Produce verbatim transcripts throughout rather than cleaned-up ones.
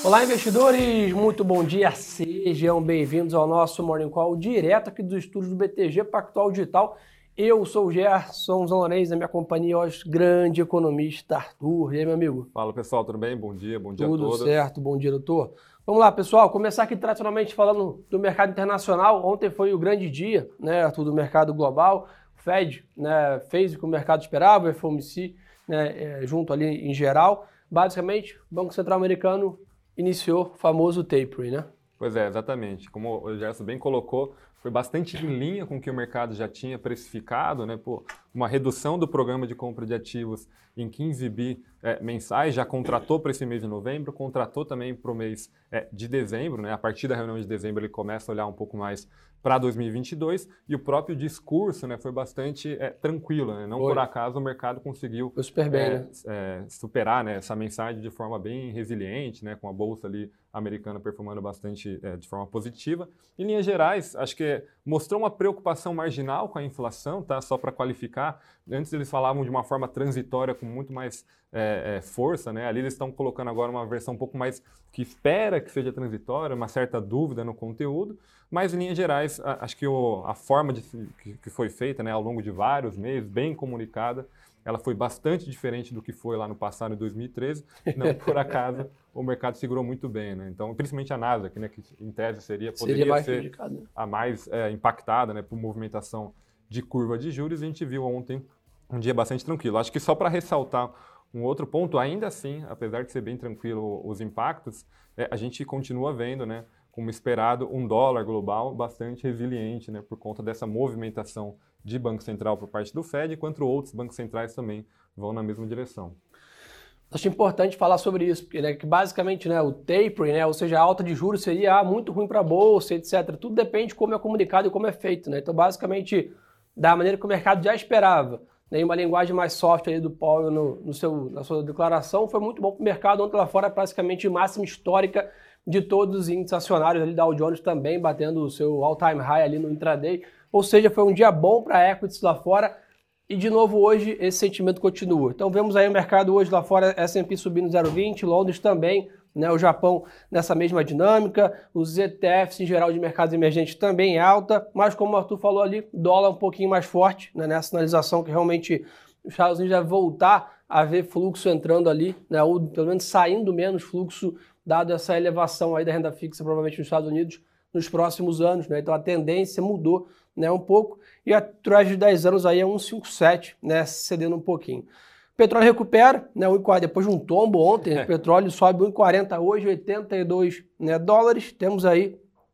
Olá, investidores! Muito bom dia! Sejam bem-vindos ao nosso Morning Call direto aqui dos estúdios do B T G Pactual Digital. Eu sou o Gerson Zanonês, na minha companhia hoje, grande economista Arthur. E aí, meu amigo? Fala, pessoal, tudo bem? Bom dia, bom dia Tudo a todos. Tudo certo, bom dia, doutor. Vamos lá, pessoal, começar aqui tradicionalmente falando do mercado internacional. Ontem foi o grande dia, né, Arthur, do mercado global. O Fed, né, fez o que o mercado esperava, o F O M C, né, junto ali em geral. Basicamente, o Banco Central Americano iniciou o famoso tapering, né? Pois é, exatamente. Como o Gerson bem colocou, foi bastante em linha com o que o mercado já tinha precificado, né? Pô, uma redução do programa de compra de ativos em quinze bi é, mensais, já contratou para esse mês de novembro, contratou também para o mês é, de dezembro, né? A partir da reunião de dezembro ele começa a olhar um pouco mais para dois mil e vinte e dois e o próprio discurso, né, foi bastante é, tranquilo, né? Não foi. Por acaso o mercado conseguiu foi super bem, é, né? é, superar, né, essa mensagem de forma bem resiliente, né, com a bolsa ali americana performando bastante é, de forma positiva. Em linhas gerais, acho que mostrou uma preocupação marginal com a inflação, tá? Só para qualificar. Antes eles falavam de uma forma transitória com muito mais é, é, força, né? Ali eles estão colocando agora uma versão um pouco mais que espera que seja transitória, uma certa dúvida no conteúdo, mas em linhas gerais, a, acho que o, a forma de, que, que foi feita, né, ao longo de vários meses, bem comunicada, ela foi bastante diferente do que foi lá no passado, em dois mil e treze. Não por acaso o mercado segurou muito bem, né? Então, principalmente a Nasdaq, né, que em tese seria, poderia seria mais ser a mais é, impactada, né, por movimentação de curva de juros. A gente viu ontem um dia bastante tranquilo. Acho que só para ressaltar um outro ponto, ainda assim, apesar de ser bem tranquilo os impactos, é, a gente continua vendo, né, como esperado, um dólar global bastante resiliente, né, por conta dessa movimentação de Banco Central por parte do Fed, enquanto outros bancos centrais também vão na mesma direção. Acho importante falar sobre isso, porque né, que basicamente né, o tapering, né, ou seja, a alta de juros seria ah, muito ruim para a bolsa, etcétera. Tudo depende de como é comunicado e como é feito. Né? Então, basicamente, da maneira que o mercado já esperava, né, uma linguagem mais soft ali do Powell no, no seu, na sua declaração, foi muito bom para o mercado. Ontem lá fora é praticamente máxima histórica de todos os índices acionários, ali Dow Jones também batendo o seu all-time high ali no intraday. Ou seja, foi um dia bom para equities lá fora e, de novo, hoje esse sentimento continua. Então, vemos aí o mercado hoje lá fora, S and P subindo zero vírgula vinte, Londres também, né, o Japão nessa mesma dinâmica, os E T Fs em geral de mercados emergentes também em alta, mas como o Arthur falou ali, dólar um pouquinho mais forte, né, nessa sinalização que realmente os Estados Unidos vai voltar a ver fluxo entrando ali, né, ou pelo menos saindo menos fluxo, dado essa elevação aí da renda fixa, provavelmente nos Estados Unidos, nos próximos anos, né? Então a tendência mudou, né, um pouco, e a Treasury de dez anos aí é um vírgula cinquenta e sete, né, cedendo um pouquinho. O petróleo recupera, né, um vírgula quarenta, depois de um tombo ontem, o petróleo sobe um vírgula quarenta hoje, oitenta e dois, né, dólares. Temos aí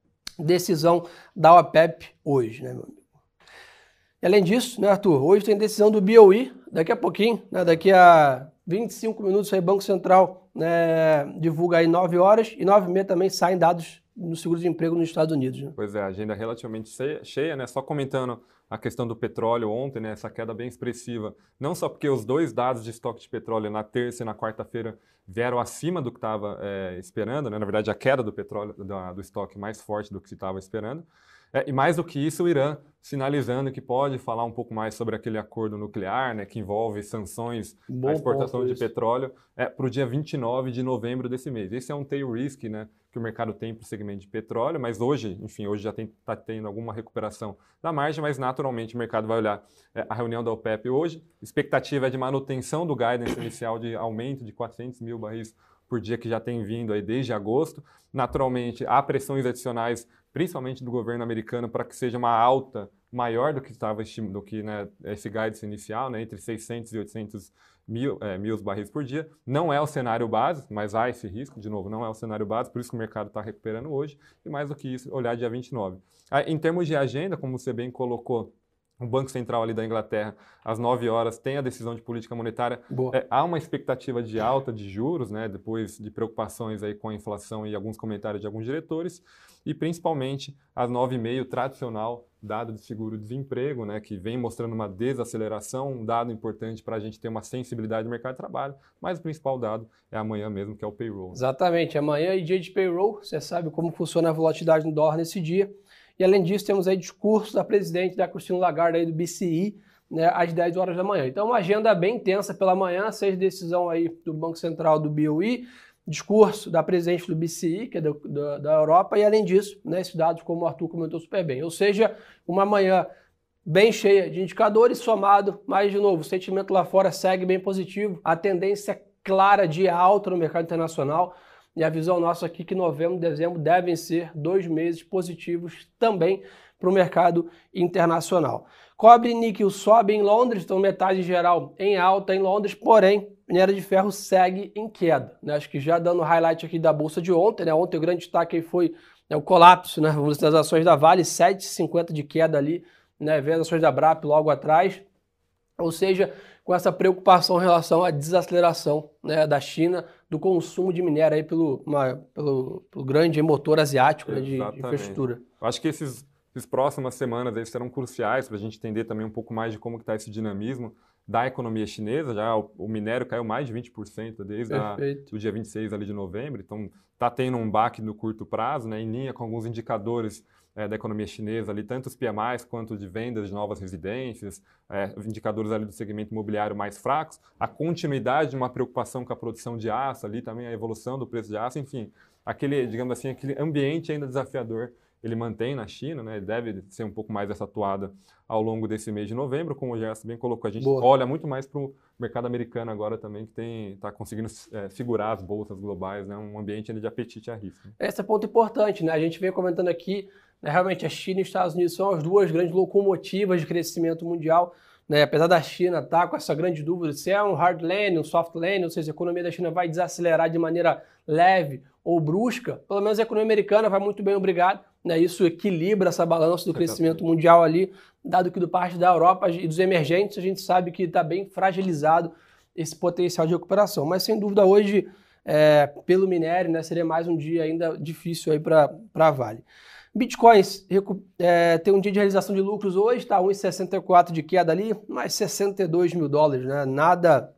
decisão da OPEP hoje, né, meu amigo. E além disso, né, Arthur, hoje tem decisão do B O I, daqui a pouquinho, né, daqui a vinte e cinco minutos aí, Banco Central, né, divulga aí nove horas e nove e meia também saem dados no seguro-desemprego nos Estados Unidos. Né? Pois é, a agenda relativamente cheia, né? Só comentando a questão do petróleo ontem, né? Essa queda bem expressiva, não só porque os dois dados de estoque de petróleo na terça e na quarta-feira vieram acima do que estava é, esperando, né? Na verdade, a queda do petróleo, do, do estoque mais forte do que se estava esperando. É, e mais do que isso, o Irã sinalizando que pode falar um pouco mais sobre aquele acordo nuclear, né, que envolve sanções à exportação de petróleo é, para o dia vinte e nove de novembro desse mês. Esse é um tail risk, né, que o mercado tem para o segmento de petróleo, mas hoje, enfim, hoje já está tendo alguma recuperação da margem, mas naturalmente o mercado vai olhar é, a reunião da OPEP hoje. Expectativa é de manutenção do guidance inicial de aumento de quatrocentos mil barris por dia que já tem vindo aí desde agosto. Naturalmente, há pressões adicionais, principalmente do governo americano, para que seja uma alta maior do que estava do que né, esse guidance inicial, né, entre seiscentos e oitocentos mil, é, mil barris por dia. Não é o cenário base, mas há esse risco, de novo, não é o cenário base, por isso que o mercado está recuperando hoje. E mais do que isso, olhar dia vinte e nove. Ah, em termos de agenda, como você bem colocou, o Banco Central ali da Inglaterra, às nove horas, tem a decisão de política monetária. É, há uma expectativa de alta de juros, né, depois de preocupações aí com a inflação e alguns comentários de alguns diretores. E principalmente às nove e meia, o tradicional dado de seguro-desemprego, né, que vem mostrando uma desaceleração, um dado importante para a gente ter uma sensibilidade do mercado de trabalho, mas o principal dado é amanhã mesmo, que é o payroll. Exatamente, amanhã é dia de payroll, você sabe como funciona a volatilidade no dólar nesse dia. E além disso, temos aí discurso da presidente da Christine Lagarde aí do B C I, né, às dez horas da manhã. Então, uma agenda bem intensa pela manhã, seis decisão aí do Banco Central do B O I, discurso da presidente do B C I, que é do, do, da Europa, e além disso, né, esses dados, como o Arthur comentou super bem. Ou seja, uma manhã bem cheia de indicadores, somado, mas de novo, o sentimento lá fora segue bem positivo, a tendência clara de alta no mercado internacional, e a visão nossa aqui que novembro e dezembro devem ser dois meses positivos também para o mercado internacional. Cobre e níquel sobe em Londres, então metade geral em alta em Londres, porém, minério de ferro segue em queda. Né? Acho que já dando highlight aqui da bolsa de ontem, né? Ontem o grande destaque foi, né, o colapso, né, das ações da Vale, sete vírgula cinquenta de queda ali, né, vendo as ações da Brap logo atrás, ou seja, com essa preocupação em relação à desaceleração, né, da China, do consumo de minério aí pelo, uma, pelo, pelo grande motor asiático, né, de, de infraestrutura. Eu acho que esses, essas próximas semanas aí serão cruciais para a gente entender também um pouco mais de como está esse dinamismo da economia chinesa. Já o, o minério caiu mais de vinte por cento desde a, o dia vinte e seis ali de novembro, então está tendo um baque no curto prazo, né, em linha com alguns indicadores É, da economia chinesa, ali, tanto os P M Is quanto de vendas de novas residências, é, indicadores ali do segmento imobiliário mais fracos, a continuidade de uma preocupação com a produção de aço, ali também a evolução do preço de aço, enfim, aquele, digamos assim, aquele ambiente ainda desafiador ele mantém na China, né, deve ser um pouco mais essa atuada ao longo desse mês de novembro, como o Gerson bem colocou, a gente Boa. olha muito mais para o mercado americano agora também, que está conseguindo é, segurar as bolsas globais, né, um ambiente ainda de apetite a risco. Esse é ponto importante, né, a gente vem comentando aqui, né, realmente a China e os Estados Unidos são as duas grandes locomotivas de crescimento mundial, né, apesar da China estar tá com essa grande dúvida se é um hard landing, um soft landing, ou seja, a economia da China vai desacelerar de maneira leve ou brusca, pelo menos a economia americana vai muito bem, obrigado. Né, isso equilibra essa balança do crescimento mundial ali, dado que do parte da Europa e dos emergentes a gente sabe que está bem fragilizado esse potencial de recuperação. Mas sem dúvida hoje, é, pelo minério, né, seria mais um dia ainda difícil aí para a Vale. Bitcoins é, tem um dia de realização de lucros hoje, está um vírgula sessenta e quatro de queda ali, mais sessenta e dois mil dólares, né? Nada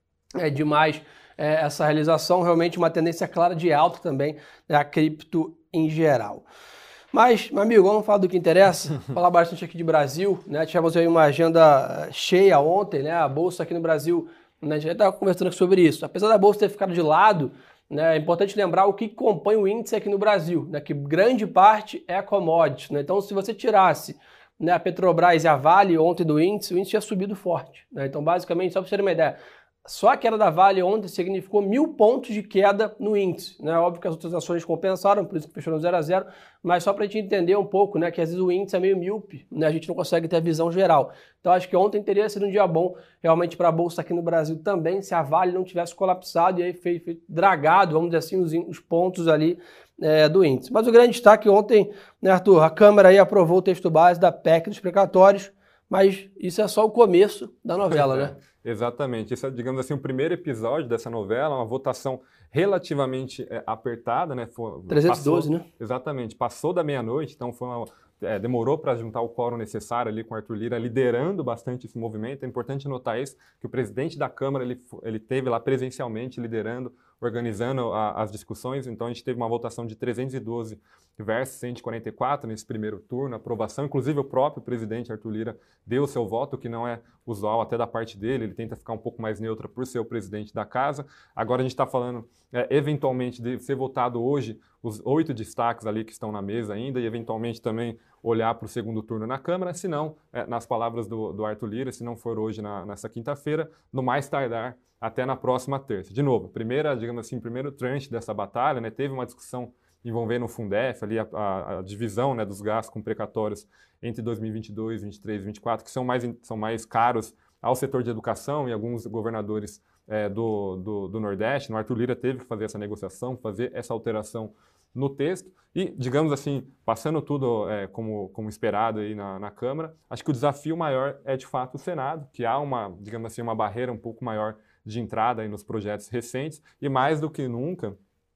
é, demais é, essa realização, realmente uma tendência clara de alta também, né, a cripto em geral. Mas, meu amigo, vamos falar do que interessa, falar bastante aqui de Brasil, né? Tivemos aí uma agenda cheia ontem, né? A bolsa aqui no Brasil, né? A gente já estava conversando sobre isso. Apesar da bolsa ter ficado de lado, né, é importante lembrar o que compõe o índice aqui no Brasil, né, que grande parte é commodity. Né? Então, se você tirasse, né, a Petrobras e a Vale ontem do índice, o índice tinha subido forte. Né? Então, basicamente, só para você ter uma ideia, só a queda da Vale ontem significou mil pontos de queda no índice. Né? Óbvio que as outras ações compensaram, por isso que fechou no zero a zero, mas só para a gente entender um pouco, né, que às vezes o índice é meio míope, né? A gente não consegue ter a visão geral. Então acho que ontem teria sido um dia bom realmente para a Bolsa aqui no Brasil também, se a Vale não tivesse colapsado e aí fez, fez dragado, vamos dizer assim, os, os pontos ali é, do índice. Mas o grande destaque ontem, né, Arthur, a Câmara aí aprovou o texto base da P E C dos precatórios, mas isso é só o começo da novela, é, né? Exatamente. Esse é, digamos assim, o primeiro episódio dessa novela, uma votação relativamente é, apertada, né? Foi, trezentos e doze, passou, né? Exatamente. Passou da meia-noite, então foi uma, é, demorou para juntar o quórum necessário ali com o Arthur Lira, liderando bastante esse movimento. É importante notar isso, que o presidente da Câmara, ele, ele teve lá presencialmente liderando, organizando a, as discussões. Então a gente teve uma votação de trezentos e doze versus cento e quarenta e quatro nesse primeiro turno, aprovação. Inclusive o próprio presidente Arthur Lira deu o seu voto, que não é usual até da parte dele, ele tenta ficar um pouco mais neutro por ser o presidente da casa. Agora a gente está falando, é, eventualmente, de ser votado hoje os oito destaques ali que estão na mesa ainda, e eventualmente também olhar para o segundo turno na Câmara, se não, é, nas palavras do, do Arthur Lira, se não for hoje na, nessa quinta-feira, no mais tardar até na próxima terça. De novo, primeira, digamos assim, primeiro tranche dessa batalha, né, teve uma discussão envolvendo o Fundef, ali a, a, a divisão, né, dos gastos com precatórios entre dois mil e vinte e dois, vinte e três e vinte e quatro, que são mais, são mais caros ao setor de educação, e alguns governadores é, do, do, do Nordeste. O Arthur Lira teve que fazer essa negociação, fazer essa alteração no texto e, digamos assim, passando tudo é, como, como esperado aí na, na Câmara, acho que o desafio maior é, de fato, o Senado, que há uma, digamos assim, uma barreira um pouco maior de entrada aí nos projetos recentes, e mais do que nunca,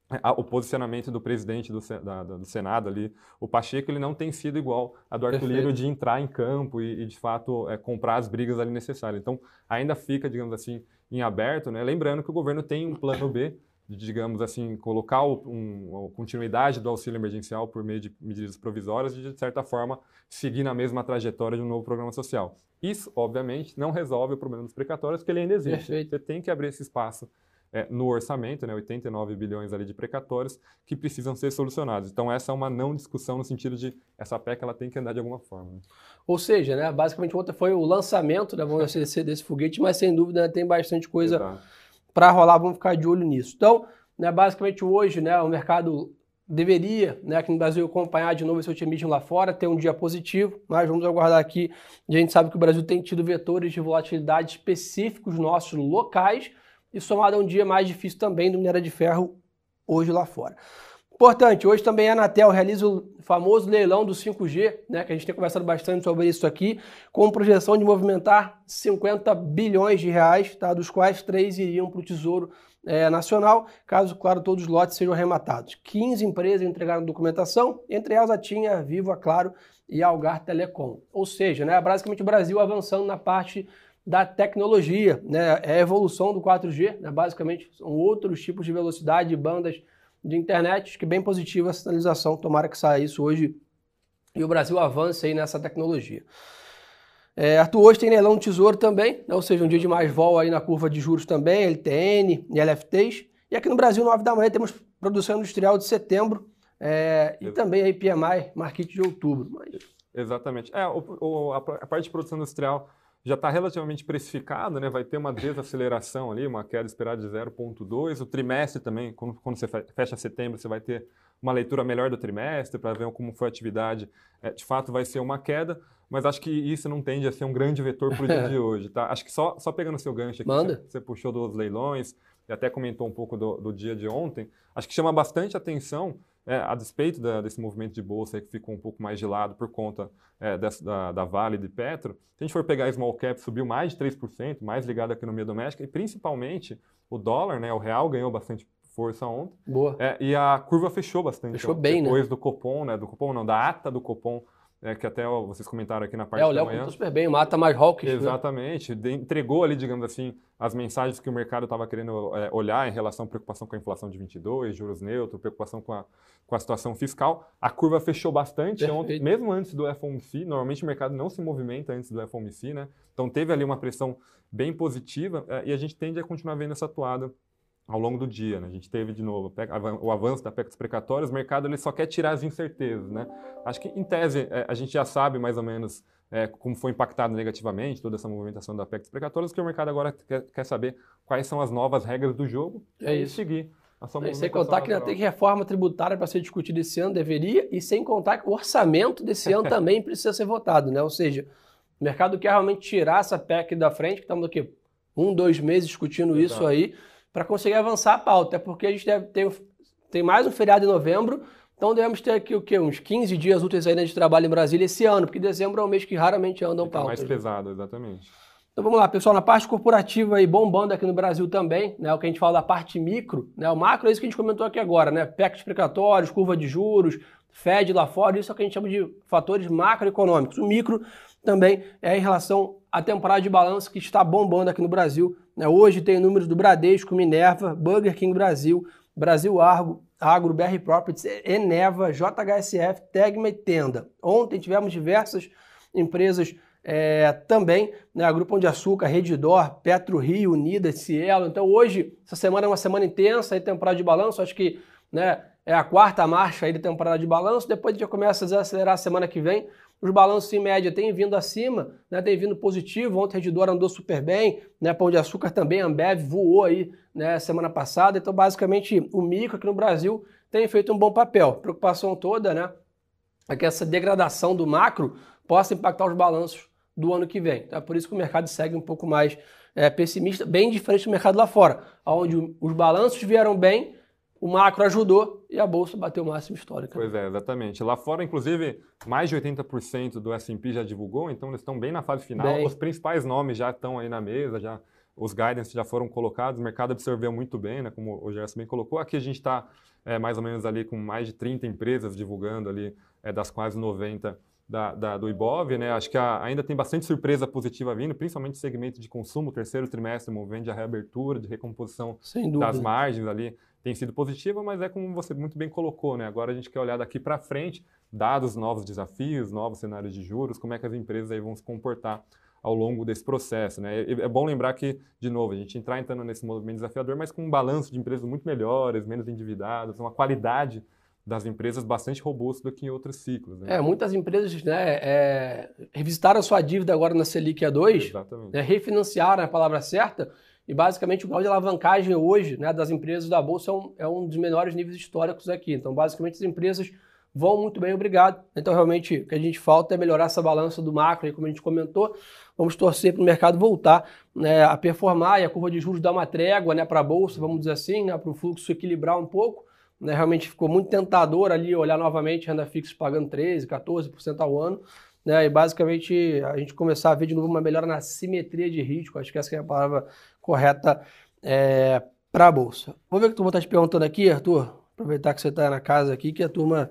o posicionamento do presidente do, da, do Senado ali, o Pacheco, ele não tem sido igual a do Arthur Lira de entrar em campo e, e de fato, é, comprar as brigas ali necessárias. Então, ainda fica, digamos assim, em aberto, né? Lembrando que o governo tem um plano B, de, digamos assim, colocar o, um, a continuidade do auxílio emergencial por meio de medidas provisórias e, de certa forma, seguir na mesma trajetória de um novo programa social. Isso, obviamente, não resolve o problema dos precatórios, porque ele ainda existe. Perfeito. Você tem que abrir esse espaço é, no orçamento, né, oitenta e nove bilhões ali de precatórios que precisam ser solucionados. Então essa é uma não discussão no sentido de essa P E C ela tem que andar de alguma forma. Né? Ou seja, né, basicamente ontem foi o lançamento, né, vamos dizer, desse foguete, mas sem dúvida, né, tem bastante coisa para rolar, vamos ficar de olho nisso. Então, né, basicamente hoje, né, o mercado deveria, né, aqui no Brasil, acompanhar de novo esse otimismo lá fora, ter um dia positivo, mas vamos aguardar aqui. A gente sabe que o Brasil tem tido vetores de volatilidade específicos nossos locais e somado a um dia mais difícil também do minério de ferro hoje lá fora. Importante, hoje também a Anatel realiza o famoso leilão do cinco G, né, que a gente tem conversado bastante sobre isso aqui, com projeção de movimentar cinquenta bilhões de reais, tá, dos quais três iriam para o Tesouro É, Nacional, caso, claro, todos os lotes sejam arrematados. quinze empresas entregaram documentação, entre elas a TIM, a Vivo, a Claro e a Algar Telecom. Ou seja, né, basicamente o Brasil avançando na parte da tecnologia, né, é a evolução do quatro G, né, basicamente são outros tipos de velocidade e bandas de internet, que é bem positiva a sinalização, tomara que saia isso hoje e o Brasil avance aí nessa tecnologia. É, Arthur, hoje tem leilão do Tesouro também, né? Ou seja, um dia de mais vol aí na curva de juros também, L T N e L F Ts. E aqui no Brasil, nove da manhã, temos produção industrial de setembro é, e também aí P M I, market de outubro. Mas... Exatamente. É, o, o, a, a parte de produção industrial já está relativamente precificada, né? Vai ter uma desaceleração ali, uma queda esperada de zero vírgula dois. O trimestre também, quando, quando você fecha setembro, você vai ter uma leitura melhor do trimestre para ver como foi a atividade. É, de fato, vai ser uma queda. Mas acho que isso não tende a ser um grande vetor para o dia de hoje, tá? Acho que só, só pegando o seu gancho aqui, Manda. Você, você puxou dos leilões e até comentou um pouco do, do dia de ontem, acho que chama bastante atenção, é, a despeito da, desse movimento de bolsa aí que ficou um pouco mais de lado por conta é, dessa, da, da Vale e de Petro. Se a gente for pegar a Small Cap, subiu mais de três por cento, mais ligado à economia doméstica, e principalmente o dólar, né, o real ganhou bastante força ontem. Boa. É, e a curva fechou bastante. Fechou ontem, bem, depois né? do Copom, né, do Copom não, da ata do Copom, É, que até ó, vocês comentaram aqui na parte é, da manhã. É, o Léo contou super bem, mata mais hawkish. Exatamente. Né? Entregou ali, digamos assim, as mensagens que o mercado estava querendo é, olhar em relação à preocupação com a inflação de vinte e dois, juros neutros, preocupação com a, com a situação fiscal. A curva fechou bastante ontem, mesmo antes do F O M C. Normalmente o mercado não se movimenta antes do F O M C, né? Então teve ali uma pressão bem positiva é, e a gente tende a continuar vendo essa toada ao longo do dia, né? A gente teve de novo o avanço da P E C dos precatórios, o mercado ele só quer tirar as incertezas, né? Acho que em tese a gente já sabe mais ou menos é, como foi impactado negativamente toda essa movimentação da P E C dos precatórios, que o mercado agora quer, quer saber quais são as novas regras do jogo é e isso. seguir a sua movimentação. Sem contar que ainda tem reforma tributária para ser discutida esse ano, deveria, e sem contar que o orçamento desse ano também precisa ser votado, né? Ou seja, o mercado quer realmente tirar essa P E C da frente, que estamos aqui um, dois meses discutindo Exato. Isso aí, para conseguir avançar a pauta, até porque a gente deve ter tem mais um feriado em novembro, então devemos ter aqui o quê? Uns quinze dias úteis ainda de trabalho em Brasília esse ano, porque dezembro é um mês que raramente andam Fica pautas. mais pesado, exatamente. Então vamos lá, pessoal, na parte corporativa aí, bombando aqui no Brasil também, né, o que a gente fala da parte micro, né, o macro é isso que a gente comentou aqui agora, né, P E C explicatórios, curva de juros, Fed lá fora, isso é o que a gente chama de fatores macroeconômicos. O micro também é em relação à temporada de balanço que está bombando aqui no Brasil. Né? Hoje tem números do Bradesco, Minerva, Burger King Brasil, Brasil Argo, Agro, B R Properties, Eneva, J H S F, Tegma e Tenda. Ontem tivemos diversas empresas é, também, né? A Grupo Pão de Açúcar, Redditor, Petro Rio, Unidas, Cielo. Então hoje, essa semana é uma semana intensa, aí temporada de balanço, acho que né, é a quarta marcha aí da temporada de balanço, depois a gente já começa a desacelerar a semana que vem. Os balanços em média têm vindo acima, né, têm vindo positivo, ontem a Redditor andou super bem, né, Pão de Açúcar também, a Ambev voou aí né, semana passada, então basicamente o micro aqui no Brasil tem feito um bom papel. A preocupação toda né, é que essa degradação do macro possa impactar os balanços do ano que vem. Então é por isso que o mercado segue um pouco mais é, pessimista, bem diferente do mercado lá fora, onde os balanços vieram bem, o macro ajudou e a bolsa bateu o máximo histórico. Pois é, exatamente. Lá fora, inclusive, mais de oitenta por cento do S and P já divulgou, então eles estão bem na fase final. Bem. Os principais nomes já estão aí na mesa, já, os guidance já foram colocados, o mercado absorveu muito bem, né, como o Gerson bem colocou. Aqui a gente está é, mais ou menos ali com mais de trinta empresas divulgando ali, é, das quase noventa da, da, do Ibov, né? Acho que a, ainda tem bastante surpresa positiva vindo, principalmente no segmento de consumo, terceiro trimestre, movendo de reabertura, de recomposição das margens ali. Tem sido positiva, mas é como você muito bem colocou, né? Agora a gente quer olhar daqui para frente, dados novos desafios, novos cenários de juros, como é que as empresas aí vão se comportar ao longo desse processo, né? É, é bom lembrar que, de novo, a gente entrar entrando nesse movimento desafiador, mas com um balanço de empresas muito melhores, menos endividadas, uma qualidade das empresas bastante robusta do que em outros ciclos. Né? É, muitas empresas, né, é, revisitaram a sua dívida agora na Selic A dois, Exatamente. né, refinanciaram, é a palavra certa, e basicamente o grau de alavancagem hoje, né, das empresas da Bolsa é um, é um dos menores níveis históricos aqui. Então, basicamente, as empresas vão muito bem, obrigado. Então, realmente, o que a gente falta é melhorar essa balança do macro, aí, como a gente comentou. Vamos torcer para o mercado voltar, né, a performar e a curva de juros dar uma trégua, né, para a Bolsa, vamos dizer assim, né, para o fluxo equilibrar um pouco. Né, realmente ficou muito tentador ali olhar novamente renda fixa pagando treze, quatorze por cento ao ano, né, e basicamente a gente começar a ver de novo uma melhora na simetria de risco, acho que essa é a palavra correta é, para a Bolsa. Vou ver o que a turma está te perguntando aqui, Arthur, aproveitar que você está na casa aqui, que a turma...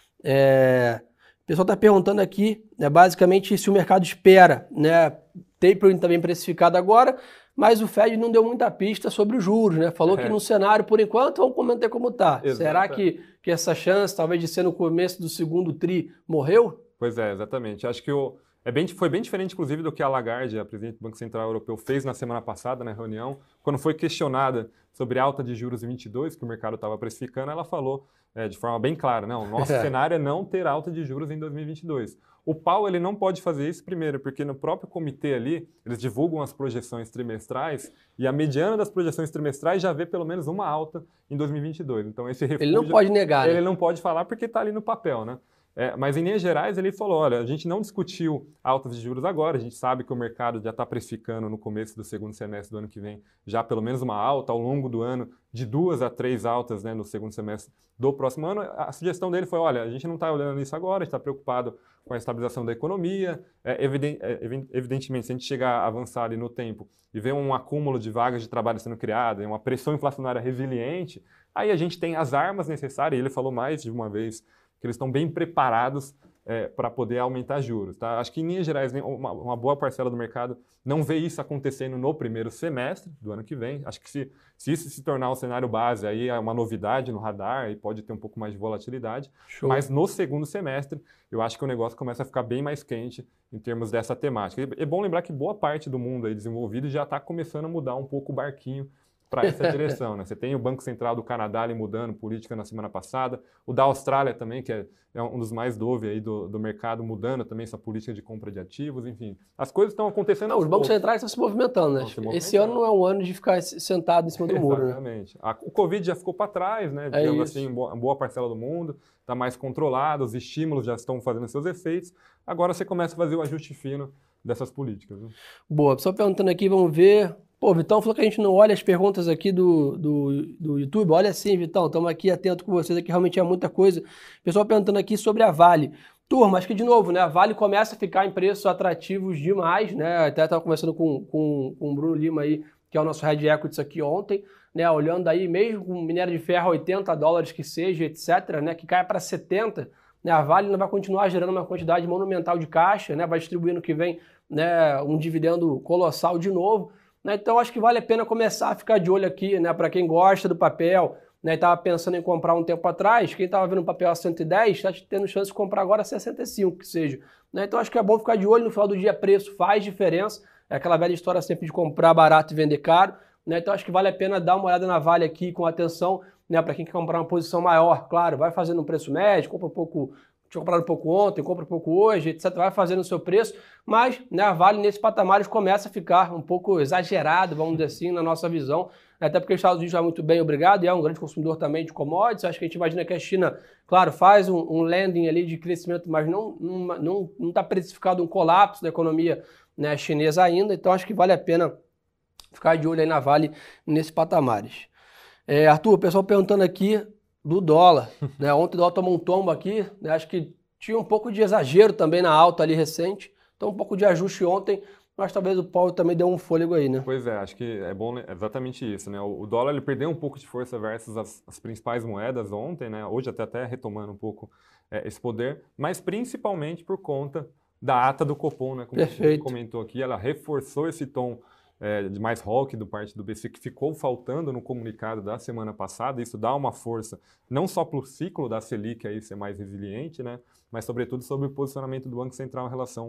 É, o pessoal está perguntando aqui, né, basicamente, se o mercado espera, né, tapering também precificado agora, mas o Fed não deu muita pista sobre os juros, né? Falou é. que no cenário, por enquanto, vamos comentar como está. Será que, que essa chance, talvez, de ser no começo do segundo tri, morreu? Pois é, exatamente. Acho que o, é bem, foi bem diferente, inclusive, do que a Lagarde, a presidente do Banco Central Europeu, fez na semana passada, na reunião, quando foi questionada sobre a alta de juros em vinte e dois, que o mercado estava precificando, ela falou é, de forma bem clara, não, o nosso é. cenário é não ter alta de juros em dois mil e vinte e dois. O Powell ele não pode fazer isso, primeiro, porque no próprio comitê ali, eles divulgam as projeções trimestrais e a mediana das projeções trimestrais já vê pelo menos uma alta em dois mil e vinte e dois. Então, esse refúgio... Ele não pode negar, Ele né? não pode falar porque está ali no papel, né? É, mas, em linhas gerais, ele falou, olha, a gente não discutiu altas de juros agora, a gente sabe que o mercado já está precificando no começo do segundo semestre do ano que vem já pelo menos uma alta ao longo do ano, de duas a três altas, né, no segundo semestre do próximo ano. A sugestão dele foi, olha, a gente não está olhando isso agora, a gente está preocupado com a estabilização da economia. É, evident, é, evidentemente, se a gente chegar a avançar ali no tempo e ver um acúmulo de vagas de trabalho sendo criada, uma pressão inflacionária resiliente, aí a gente tem as armas necessárias, e ele falou mais de uma vez, que eles estão bem preparados é, para poder aumentar juros. Tá? Acho que, em linhas gerais, uma, uma boa parcela do mercado não vê isso acontecendo no primeiro semestre do ano que vem. Acho que se, se isso se tornar um cenário base, aí é uma novidade no radar e pode ter um pouco mais de volatilidade. Show. Mas no segundo semestre, eu acho que o negócio começa a ficar bem mais quente em termos dessa temática. E é bom lembrar que boa parte do mundo aí desenvolvido já está começando a mudar um pouco o barquinho para essa direção, né? Você tem o Banco Central do Canadá ali mudando política na semana passada, o da Austrália também, que é, é um dos mais dove aí do, do mercado, mudando também essa política de compra de ativos, enfim. As coisas estão acontecendo... Não, os bancos centrais estão se movimentando, né? Se movimentando. Esse ano não é um ano de ficar sentado em cima do muro, né? Exatamente. A, o Covid já ficou para trás, né? É Digamos isso. assim, boa, boa parcela do mundo, está mais controlado, os estímulos já estão fazendo seus efeitos, agora você começa a fazer o ajuste fino dessas políticas. Né? Boa, só perguntando aqui, vamos ver... Pô, Vitão falou que a gente não olha as perguntas aqui do, do, do YouTube. Olha sim, Vitão, estamos aqui atentos com vocês, aqui realmente é muita coisa. Pessoal perguntando aqui sobre a Vale. Turma, acho que de novo, né? A Vale começa a ficar em preços atrativos demais, né? Até estava conversando com, com, com o Bruno Lima aí, que é o nosso Head Equities aqui ontem, né? Olhando aí, mesmo com minério de ferro a oitenta dólares que seja, etcétera, né? Que cai para setenta, né? A Vale não vai continuar gerando uma quantidade monumental de caixa, né? Vai distribuir no que vem, né, um dividendo colossal de novo. Então, acho que vale a pena começar a ficar de olho aqui, né? Para quem gosta do papel, né? Estava pensando em comprar um tempo atrás, quem estava vendo o papel a cento e dez, está tendo chance de comprar agora a sessenta e cinco, que seja. Né? Então, acho que é bom ficar de olho. No final do dia, preço faz diferença. É aquela velha história sempre de comprar barato e vender caro. Né? Então, acho que vale a pena dar uma olhada na Vale aqui com atenção, né? Para quem quer comprar uma posição maior. Claro, vai fazendo um preço médio, compra um pouco... Tinha comprado um pouco ontem, compra um pouco hoje, etcétera. Vai fazendo o seu preço, mas, né, a Vale nesses patamares começa a ficar um pouco exagerado, vamos dizer assim, na nossa visão, até porque os Estados Unidos vai muito bem, obrigado, e é um grande consumidor também de commodities. Acho que a gente imagina que a China, claro, faz um, um landing ali de crescimento, mas não está não, não, não tá precificado um colapso da economia, né, chinesa ainda, então acho que vale a pena ficar de olho aí na Vale nesses patamares. É, Arthur, o pessoal perguntando aqui do dólar, né? Ontem o dólar tomou um tombo aqui, né? Acho que tinha um pouco de exagero também na alta ali recente, então um pouco de ajuste ontem, mas talvez o Powell também deu um fôlego aí, né? Pois é, acho que é bom, né? Exatamente isso, né? O dólar ele perdeu um pouco de força versus as, as principais moedas ontem, né? Hoje até até retomando um pouco é, esse poder, mas principalmente por conta da ata do Copom, né? Como Perfeito. a gente comentou aqui, ela reforçou esse tom É, de mais rock do parte do B C, que ficou faltando no comunicado da semana passada. Isso dá uma força, não só para o ciclo da Selic aí ser mais resiliente, né, mas sobretudo sobre o posicionamento do Banco Central em relação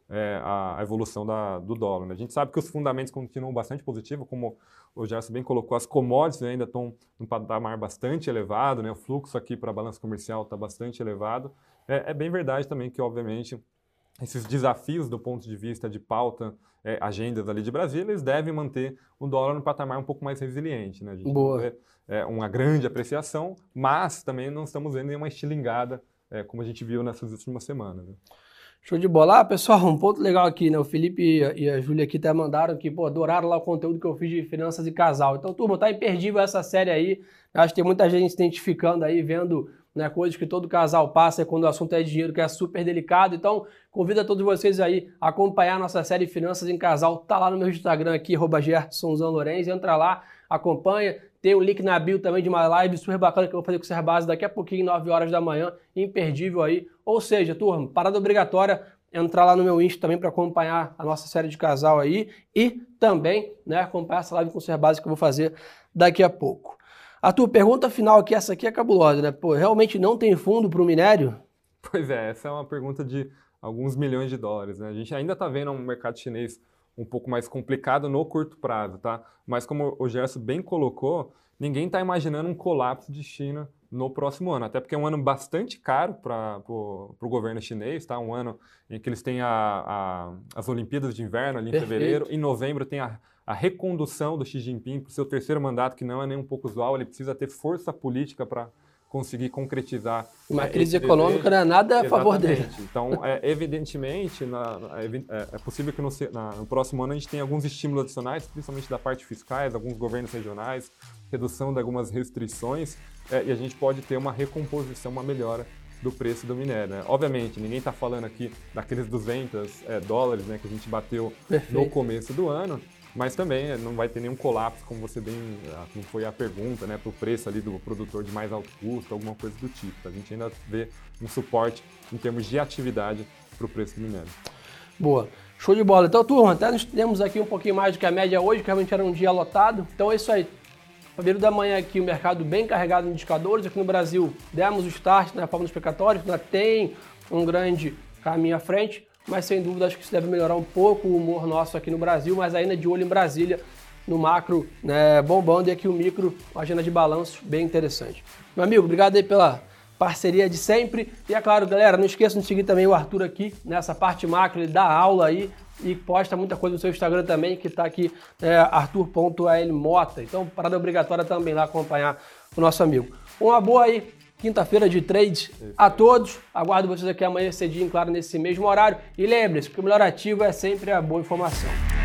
é, a, a evolução da, do dólar. Né? A gente sabe que os fundamentos continuam bastante positivos, como o Gerson bem colocou, as commodities ainda estão num patamar bastante elevado, né? O fluxo aqui para a balança comercial está bastante elevado. É, é bem verdade também que, obviamente, esses desafios do ponto de vista de pauta, é, agendas ali de Brasília, eles devem manter o dólar no patamar um pouco mais resiliente. Né? A gente Boa. não vê é, uma grande apreciação, mas também não estamos vendo nenhuma estilingada, é, como a gente viu nessas últimas semanas. Né? Show de bola. Ah, pessoal, um ponto legal aqui, né? O Felipe e a Júlia aqui até mandaram que, pô, adoraram lá o conteúdo que eu fiz de finanças e casal. Então, turma, tá imperdível essa série aí. Acho que tem muita gente se identificando aí, vendo, né, coisas que todo casal passa quando o assunto é dinheiro, que é super delicado. Então, convido a todos vocês aí a acompanhar a nossa série Finanças em Casal. Tá lá no meu Instagram aqui, arroba Gersonzão Lourenço. Entra lá, acompanha. Tem um link na bio também de uma live super bacana que eu vou fazer com o Serbase daqui a pouquinho, nove horas da manhã, imperdível aí. Ou seja, turma, parada obrigatória, entrar lá no meu Insta também para acompanhar a nossa série de casal aí e também, né, acompanhar essa live com o Serbase que eu vou fazer daqui a pouco. Arthur, pergunta final aqui, essa aqui é cabulosa, né? Pô, realmente não tem fundo para o minério? Pois é, essa é uma pergunta de alguns milhões de dólares, né? A gente ainda está vendo um mercado chinês um pouco mais complicado no curto prazo, tá? Mas como o Gerson bem colocou, ninguém está imaginando um colapso de China no próximo ano, até porque é um ano bastante caro para o governo chinês, tá? Um ano em que eles têm a, a, as Olimpíadas de Inverno ali em Perfeito. fevereiro, em novembro tem a, a recondução do Xi Jinping para o seu terceiro mandato, que não é nem um pouco usual, ele precisa ter força política para conseguir concretizar. Uma é, crise econômica não é nada a favor dele. Então, é, evidentemente, na, é, é possível que no, na, no próximo ano a gente tenha alguns estímulos adicionais, principalmente da parte fiscais, alguns governos regionais, redução de algumas restrições, é, e a gente pode ter uma recomposição, uma melhora do preço do minério. Né? Obviamente, ninguém está falando aqui daqueles duzentos é, dólares, né, que a gente bateu Perfeito. No começo do ano, mas também não vai ter nenhum colapso, como você bem, como foi a pergunta, né, para o preço ali do produtor de mais alto custo, alguma coisa do tipo. A gente ainda vê um suporte em termos de atividade para o preço do minério. Boa. Show de bola. Então, turma, até nós temos aqui um pouquinho mais do que a média hoje, que realmente era um dia lotado. Então é isso aí. Primeiro da manhã aqui, o mercado bem carregado de indicadores. Aqui no Brasil, demos o start na forma dos explicatórios, ainda tem um grande caminho à frente, mas sem dúvida acho que isso deve melhorar um pouco o humor nosso aqui no Brasil, mas ainda de olho em Brasília, no macro, né, bombando, e aqui o micro, uma agenda de balanço bem interessante. Meu amigo, obrigado aí pela parceria de sempre. E é claro, galera, não esqueçam de seguir também o Arthur aqui nessa parte macro, ele dá aula aí e posta muita coisa no seu Instagram também, que está aqui, é, arthur ponto almota. Então, parada obrigatória também lá acompanhar o nosso amigo. Uma boa aí, quinta-feira de trade a todos. Aguardo vocês aqui amanhã cedinho, claro, nesse mesmo horário. E lembre-se que o melhor ativo é sempre a boa informação.